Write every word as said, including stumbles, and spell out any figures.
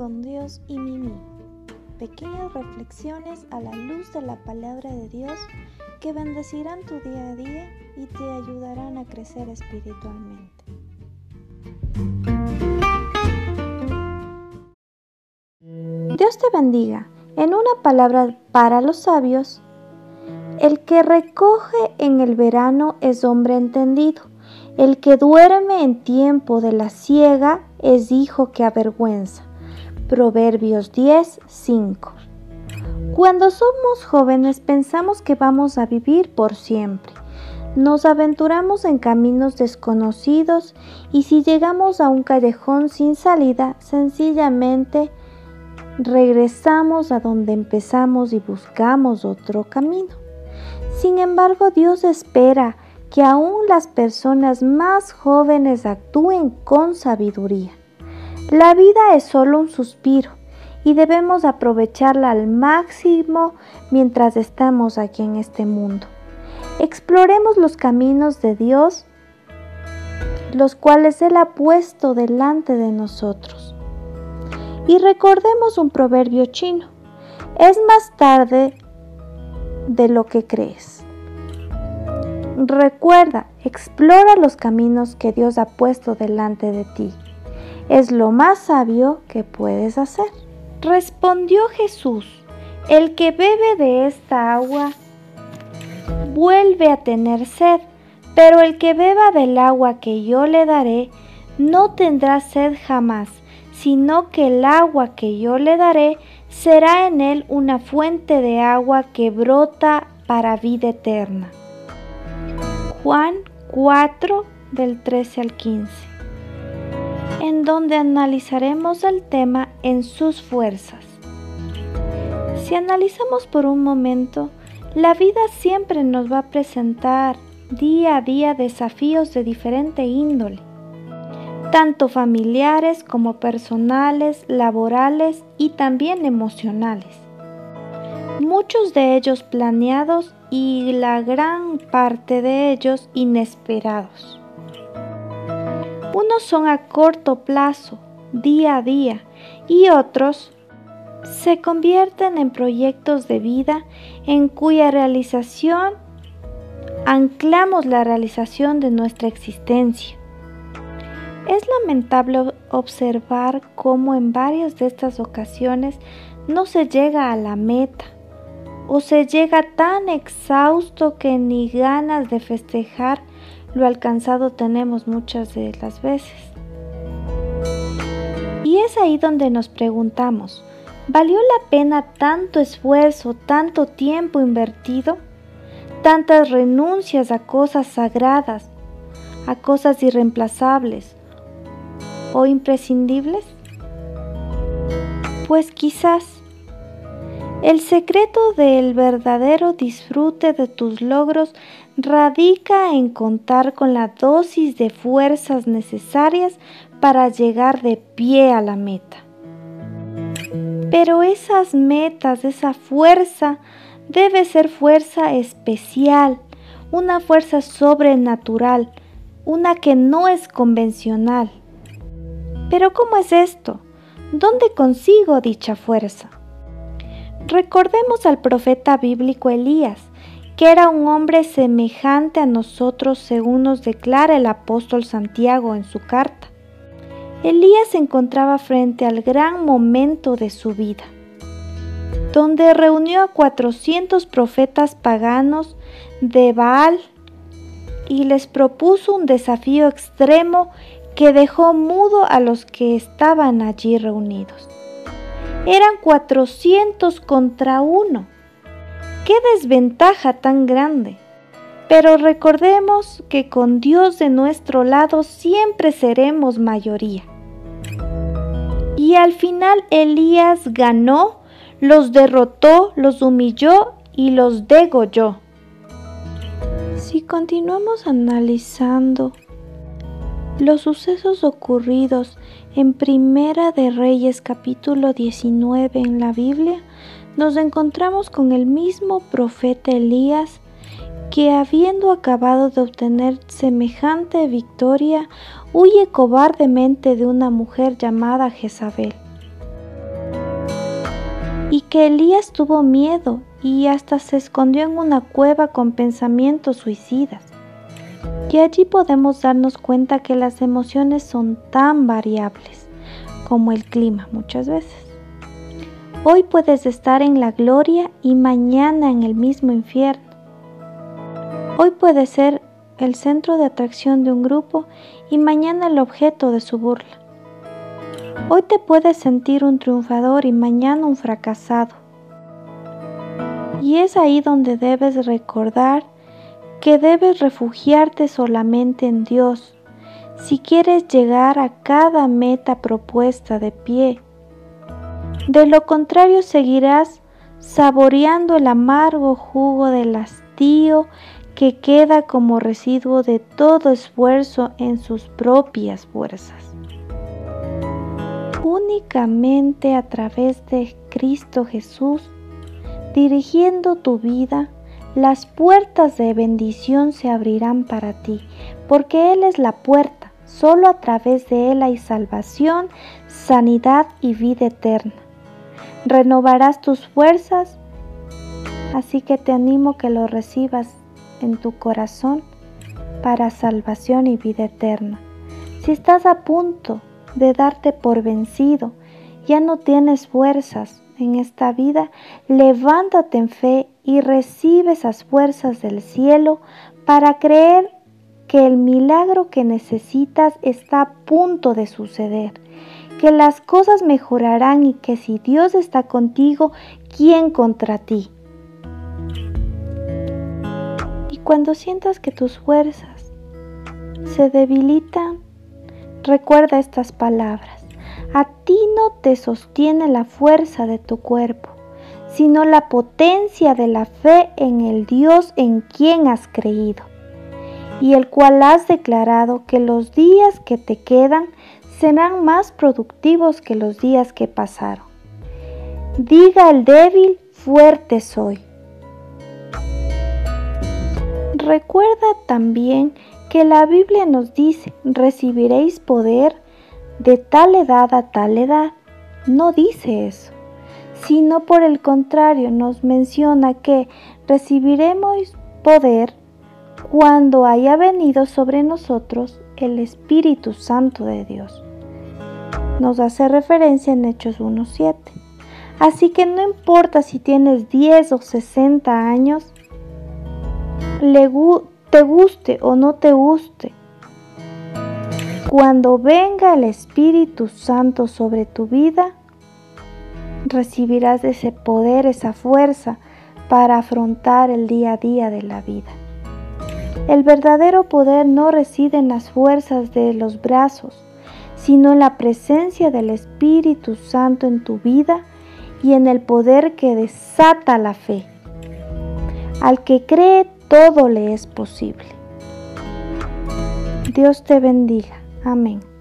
con Dios y Mimi. Pequeñas reflexiones a la luz de la palabra de Dios que bendecirán tu día a día y te ayudarán a crecer espiritualmente. Dios te bendiga. En una palabra para los sabios, el que recoge en el verano es hombre entendido. El que duerme en tiempo de la siega es hijo que avergüenza. Proverbios diez, cinco. Cuando somos jóvenes pensamos que vamos a vivir por siempre. Nos aventuramos en caminos desconocidos y si llegamos a un callejón sin salida, sencillamente regresamos a donde empezamos y buscamos otro camino. Sin embargo, Dios espera que aún las personas más jóvenes actúen con sabiduría. La vida es solo un suspiro y debemos aprovecharla al máximo mientras estamos aquí en este mundo. Exploremos los caminos de Dios, los cuales Él ha puesto delante de nosotros. Y recordemos un proverbio chino: es más tarde de lo que crees. Recuerda, explora los caminos que Dios ha puesto delante de ti. Es lo más sabio que puedes hacer. Respondió Jesús: el que bebe de esta agua vuelve a tener sed, pero el que beba del agua que yo le daré no tendrá sed jamás, sino que el agua que yo le daré será en él una fuente de agua que brota para vida eterna. Juan cuatro, del trece al quince, en donde analizaremos el tema en sus fuerzas. Si analizamos por un momento, la vida siempre nos va a presentar día a día desafíos de diferente índole, tanto familiares como personales, laborales y también emocionales. Muchos de ellos planeados y la gran parte de ellos inesperados. Unos son a corto plazo, día a día, y otros se convierten en proyectos de vida en cuya realización anclamos la realización de nuestra existencia. Es lamentable observar cómo en varias de estas ocasiones no se llega a la meta o se llega tan exhausto que ni ganas de festejar lo alcanzado tenemos muchas de las veces. Y es ahí donde nos preguntamos: ¿valió la pena tanto esfuerzo, tanto tiempo invertido? Tantas renuncias a cosas sagradas, a cosas irreemplazables o imprescindibles? Pues quizás el secreto del verdadero disfrute de tus logros radica en contar con la dosis de fuerzas necesarias para llegar de pie a la meta. Pero esas metas, esa fuerza, debe ser fuerza especial, una fuerza sobrenatural, una que no es convencional. ¿Pero cómo es esto? ¿Dónde consigo dicha fuerza? Recordemos al profeta bíblico Elías, que era un hombre semejante a nosotros según nos declara el apóstol Santiago en su carta. Elías se encontraba frente al gran momento de su vida, donde reunió a cuatrocientos profetas paganos de Baal y les propuso un desafío extremo que dejó mudo a los que estaban allí reunidos. Eran cuatrocientos contra uno. ¡Qué desventaja tan grande! Pero recordemos que con Dios de nuestro lado siempre seremos mayoría. Y al final Elías ganó, los derrotó, los humilló y los degolló. Si continuamos analizando los sucesos ocurridos en Primera de Reyes capítulo diecinueve en la Biblia, nos encontramos con el mismo profeta Elías que, habiendo acabado de obtener semejante victoria, huye cobardemente de una mujer llamada Jezabel. y que Elías tuvo miedo y hasta se escondió en una cueva con pensamientos suicidas. Y allí podemos darnos cuenta que las emociones son tan variables como el clima muchas veces. Hoy puedes estar en la gloria y mañana en el mismo infierno. Hoy puedes ser el centro de atracción de un grupo y mañana el objeto de su burla. Hoy te puedes sentir un triunfador y mañana un fracasado. Y es ahí donde debes recordar que debes refugiarte solamente en Dios si quieres llegar a cada meta propuesta de pie. De lo contrario, seguirás saboreando el amargo jugo del hastío que queda como residuo de todo esfuerzo en sus propias fuerzas. Únicamente a través de Cristo Jesús, dirigiendo tu vida, las puertas de bendición se abrirán para ti, porque Él es la puerta. Solo a través de Él hay salvación, sanidad y vida eterna. Renovarás tus fuerzas, así que te animo que lo recibas en tu corazón para salvación y vida eterna. Si estás a punto de darte por vencido, ya no tienes fuerzas en esta vida, levántate en fe y recibe esas fuerzas del cielo para creer que el milagro que necesitas está a punto de suceder, que las cosas mejorarán y que si Dios está contigo, ¿quién contra ti? Y cuando sientas que tus fuerzas se debilitan, recuerda estas palabras: a ti no te sostiene la fuerza de tu cuerpo, sino la potencia de la fe en el Dios en quien has creído, y el cual has declarado que los días que te quedan serán más productivos que los días que pasaron. Diga el débil, fuerte soy. Recuerda también que la Biblia nos dice: recibiréis poder de tal edad a tal edad. No dice eso, sino por el contrario nos menciona que recibiremos poder cuando haya venido sobre nosotros el Espíritu Santo de Dios. Nos hace referencia en Hechos uno siete. Así que no importa si tienes diez o sesenta años, le gu- te guste o no te guste, cuando venga el Espíritu Santo sobre tu vida, recibirás ese poder, esa fuerza para afrontar el día a día de la vida. El verdadero poder no reside en las fuerzas de los brazos, sino en la presencia del Espíritu Santo en tu vida y en el poder que desata la fe. Al que cree, todo le es posible. Dios te bendiga. Amén.